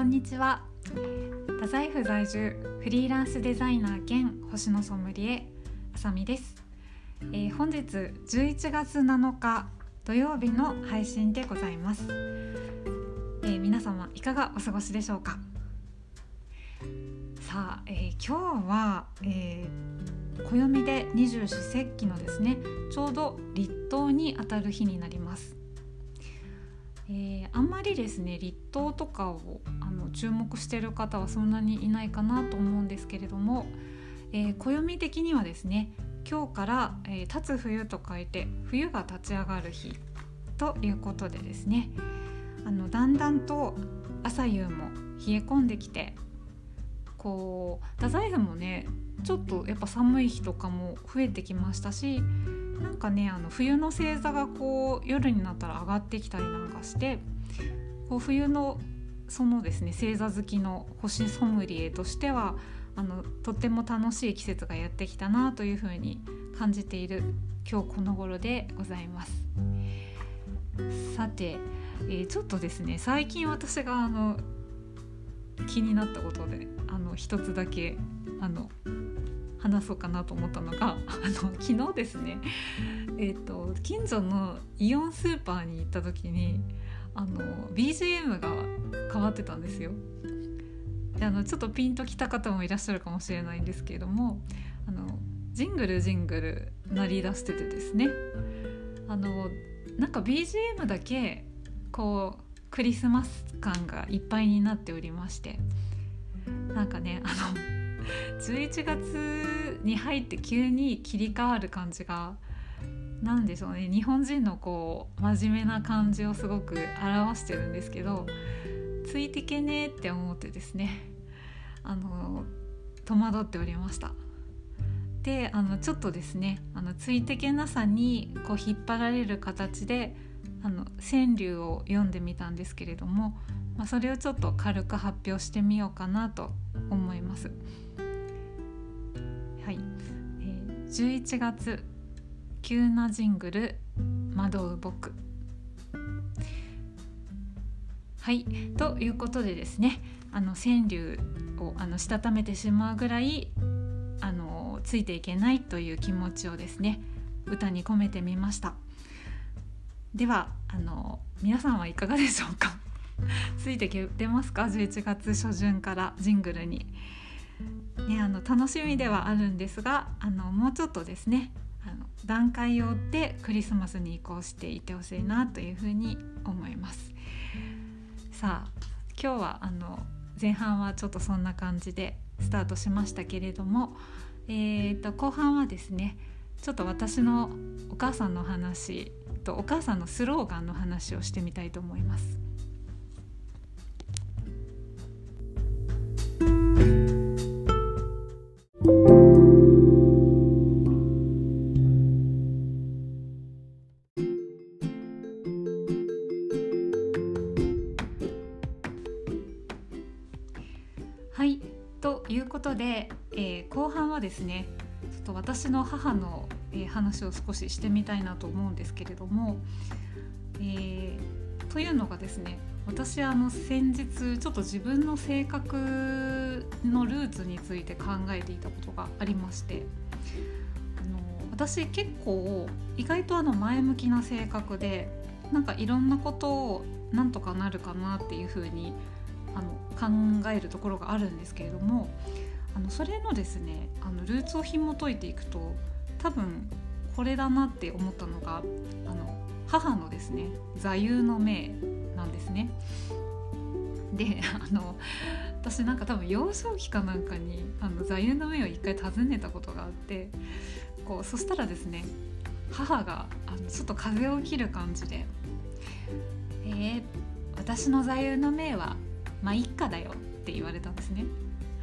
こんにちは。太宰府在住フリーランスデザイナー兼星のソムリエあさみです。本日11月7日土曜日の配信でございます。皆様いかがお過ごしでしょうか。さあ、今日は、暦で二十四節気のですね、ちょうど立冬にあたる日になります。あんまりですね立冬とかを注目している方はそんなにいないかなと思うんですけれども、暦的にはですね、今日から、立つ冬と書いて冬が立ち上がる日ということでですね、だんだんと朝夕も冷え込んできて、太宰府もねちょっとやっぱ寒い日とかも増えてきましたし、なんかね冬の星座が夜になったら上がってきたりなんかして、冬のそのですね星座好きの星ソムリエとしてはとっても楽しい季節がやってきたなというふうに感じている今日この頃でございます。さて、ちょっとですね最近私が気になったことで一つだけ話そうかなと思ったのが昨日ですね、近所のイオンスーパーに行った時にBGM が変わってたんですよ。でちょっとピンときた方もいらっしゃるかもしれないんですけれども、ジングルジングル鳴り出しててですね、なんか BGM だけクリスマス感がいっぱいになっておりまして、なんかね11月に入って急に切り替わる感じがなんでしょうね、日本人の真面目な感じをすごく表してるんですけど、ついてけねって思ってですね戸惑っておりました。でちょっとですねついてけなさに引っ張られる形で川柳を読んでみたんですけれども、それをちょっと軽く発表してみようかなと思います。はい、11月急なジングル惑う僕。はいということでですね、川柳をしたためてしまうぐらいついていけないという気持ちをですね歌に込めてみました。では皆さんはいかがでしょうかついてきてますか。11月初旬からジングルに、ね、楽しみではあるんですがもうちょっとですね段階を追ってクリスマスに移行していってほしいなというふうに思います。さあ今日は前半はちょっとそんな感じでスタートしましたけれども、後半はですねちょっと私のお母さんの話とお母さんのスローガンの話をしてみたいと思います。はいということで、後半はですねちょっと私の母の、話を少ししてみたいなと思うんですけれども、というのがですね、私先日ちょっと自分の性格のルーツについて考えていたことがありまして、私結構意外と前向きな性格で、なんかいろんなことをなんとかなるかなっていう風に考えるところがあるんですけれども、それのですねルーツを紐解いていくと多分これだなって思ったのが母のですね座右の銘なんですね。で私なんか多分幼少期かなんかに座右の銘を一回尋ねたことがあって、そしたらですね母がちょっと風を切る感じで私の座右の銘はまあ一家だよって言われたんですね。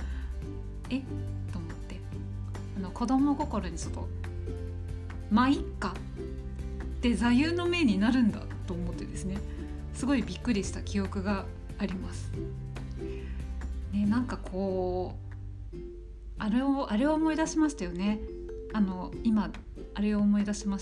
と思って子供心にちょっとまあ一家って座右の銘になるんだと思ってですね、すごいびっくりした記憶があります、ね、なんかあれを思い出しましたよね。今あれを思い出しました。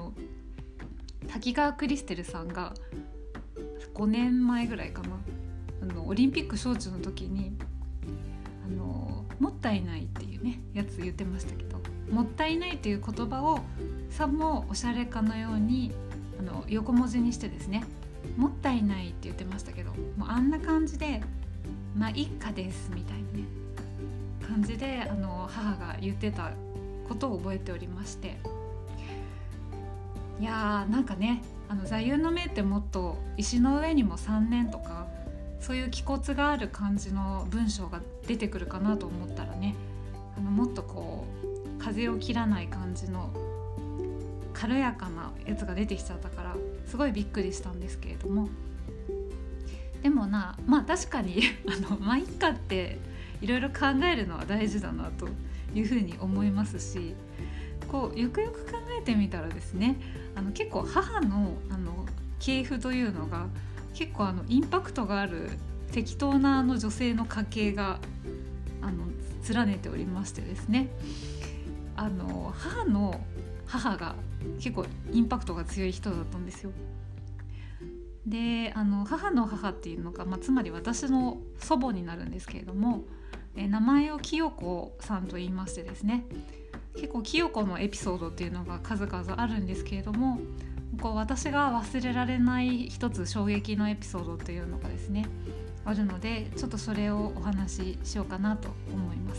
滝川クリステルさんが5年前ぐらいかなオリンピック招致の時にもったいないっていうねやつ言ってましたけど、もったいないっていう言葉をさもおしゃれかのように横文字にしてですね、もったいないって言ってましたけど、もうあんな感じでまあ一家ですみたいなね感じで母が言ってたことを覚えておりまして、いやーなんかね座右の銘ってもっと石の上にも3年とかそういう気骨がある感じの文章が出てくるかなと思ったらね、もっとこう風を切らない感じの軽やかなやつが出てきちゃったからすごいびっくりしたんですけれども、でもまあ確かにまあいっかっていろいろ考えるのは大事だなというふうに思いますし、こうよくよく考えてみたらですね、結構母の系譜というのが結構インパクトがある適当な女性の家系が連ねておりましてですね、母の母が結構インパクトが強い人だったんですよ。で母の母っていうのが、つまり私の祖母になるんですけれども、名前を清子さんと言いましてですね、結構清子のエピソードっていうのが数々あるんですけれども、こう私が忘れられない一つ衝撃のエピソードというのがですねあるので、ちょっとそれをお話ししようかなと思います。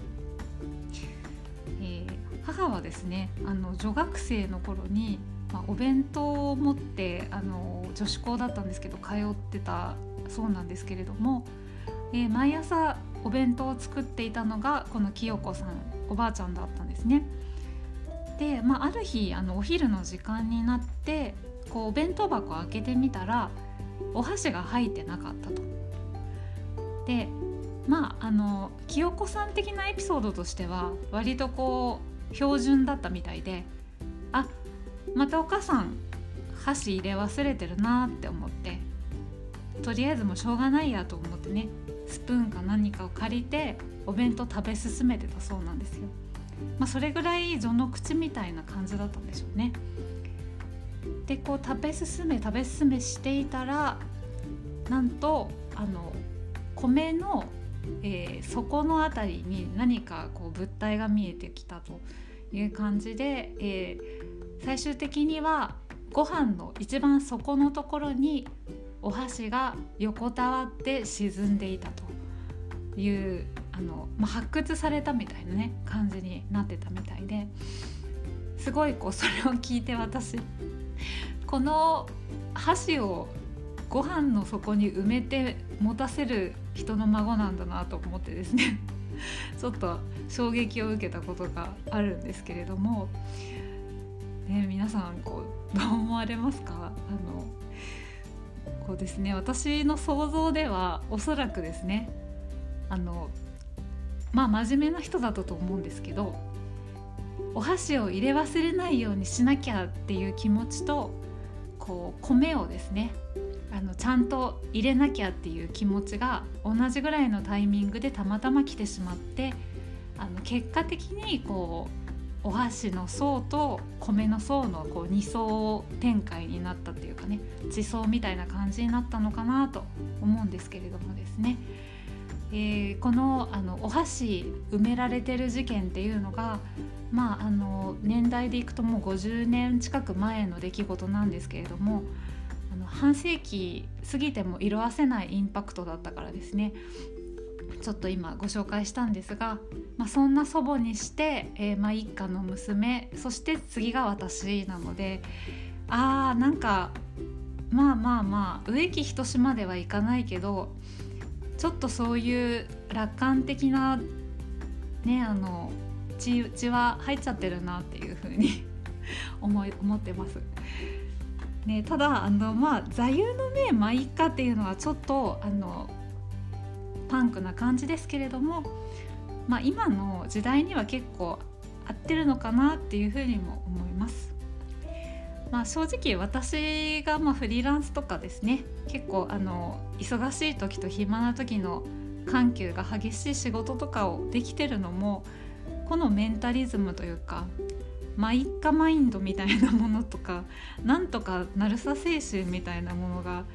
母はですね女学生の頃に、お弁当を持って女子校だったんですけど通ってたそうなんですけれども、毎朝お弁当を作っていたのがこの清子さん、おばあちゃんだったんですね。で、ある日お昼の時間になってこうお弁当箱を開けてみたらお箸が入ってなかったと。で清子さん的なエピソードとしては割とこう標準だったみたいで、あ、またお母さん箸入れ忘れてるなって思って、とりあえずもうしょうがないやと思ってね、スプーンか何かを借りてお弁当食べ進めてたそうなんですよ。それぐらい序の口みたいな感じだったんでしょうね。でこう食べ進めしていたら、なんと米の、底のあたりに何かこう物体が見えてきたという感じで、最終的にはご飯の一番底のところにお箸が横たわって沈んでいたという発掘されたみたいなね感じになってたみたいで、すごいこうそれを聞いて私この箸をご飯の底に埋めて持たせる人の孫なんだなと思ってですねちょっと衝撃を受けたことがあるんですけれども、皆さんこうどう思われますか？こうですね、私の想像ではおそらくですね真面目な人だったと思うんですけど、お箸を入れ忘れないようにしなきゃっていう気持ちと、こう米をですねちゃんと入れなきゃっていう気持ちが同じぐらいのタイミングでたまたま来てしまって、結果的にこうお箸の層と米の層のこう2層展開になったっていうかね、地層みたいな感じになったのかなと思うんですけれどもですね、このお箸埋められてる事件っていうのが、年代でいくともう50年近く前の出来事なんですけれども、半世紀過ぎても色あせないインパクトだったからですね、ちょっと今ご紹介したんですが、そんな祖母にして、一家の娘、そして次が私なので、なんか植木等しまではいかないけど、ちょっとそういう楽観的なね血は入っちゃってるなっていう風に思ってます。ね、ただ座右の銘一家っていうのはちょっとパンクな感じですけれども、今の時代には結構合ってるのかなっていうふうにも思います。正直私がフリーランスとかですね、結構忙しい時と暇な時の緩急が激しい仕事とかをできてるのも、このメンタリズムというか一家マインドみたいなものとか、なんとかなるさ精神みたいなものが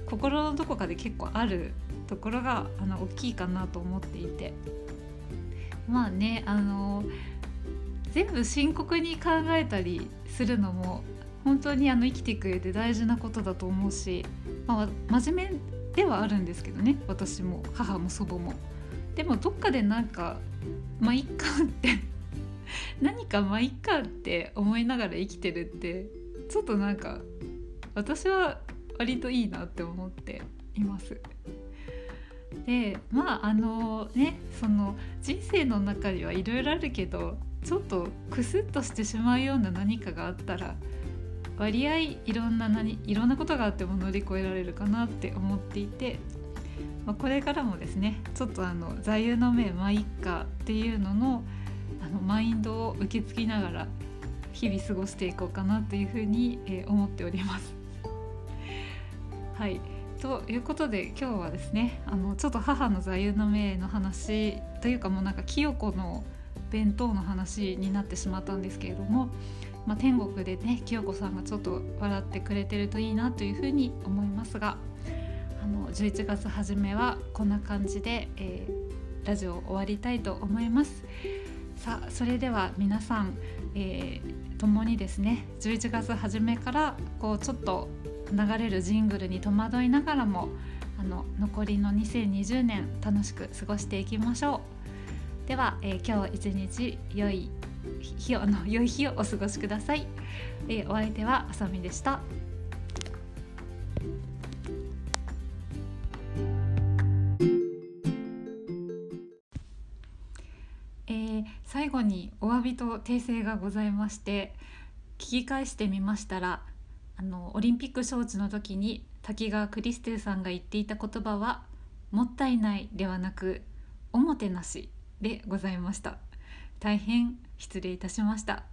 心のどこかで結構あるところが大きいかなと思っていて、まあね全部深刻に考えたりするのも本当に生きていく上で大事なことだと思うし、真面目ではあるんですけどね、私も母も祖母も。でもどっかでなんかまあいっかって何かまあいっかって思いながら生きてるってちょっとなんか私は割といいなって思っています。でその人生の中にはいろいろあるけど、ちょっとクスッとしてしまうような何かがあったら割合いろんなことがあっても乗り越えられるかなって思っていて、これからもですねちょっと座右の銘まあいっかっていうののマインドを受け継ぎながら日々過ごしていこうかなというふうに、思っております。はい、ということで今日はですねちょっと母の座右の銘の話というか、もうなんか清子の弁当の話になってしまったんですけれども、天国でね清子さんがちょっと笑ってくれてるといいなというふうに思いますが、11月初めはこんな感じで、ラジオを終わりたいと思います。さあそれでは皆さん、共にですね11月初めからこうちょっと流れるジングルに戸惑いながらも残りの2020年楽しく過ごしていきましょう。では、今日一日良い日をお過ごしください。お相手はあさみでした。最後にお詫びと訂正がございまして、聞き返してみましたらオリンピック招致の時に滝川クリステルさんが言っていた言葉はもったいないではなくおもてなしでございました。大変失礼いたしました。